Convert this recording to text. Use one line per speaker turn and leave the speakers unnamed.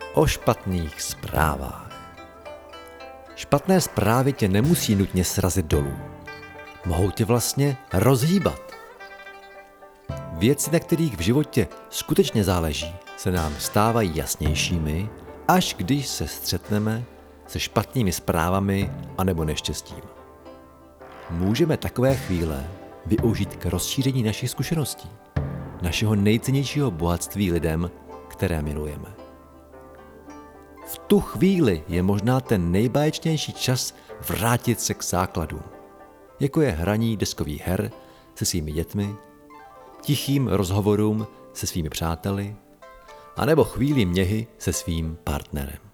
O špatných zprávách. Špatné zprávy tě nemusí nutně srazit dolů. Mohou tě vlastně rozhýbat. Věci, na kterých v životě skutečně záleží, se nám stávají jasnějšími, až když se střetneme se špatnými zprávami anebo neštěstím. Můžeme takové chvíle využít k rozšíření našich zkušeností, našeho nejcennějšího bohatství lidem, které milujeme. V tu chvíli je možná ten nejbáječnější čas vrátit se k základům, jako je hraní deskových her se svými dětmi, tichým rozhovorům se svými přáteli, anebo chvíli měhy se svým partnerem.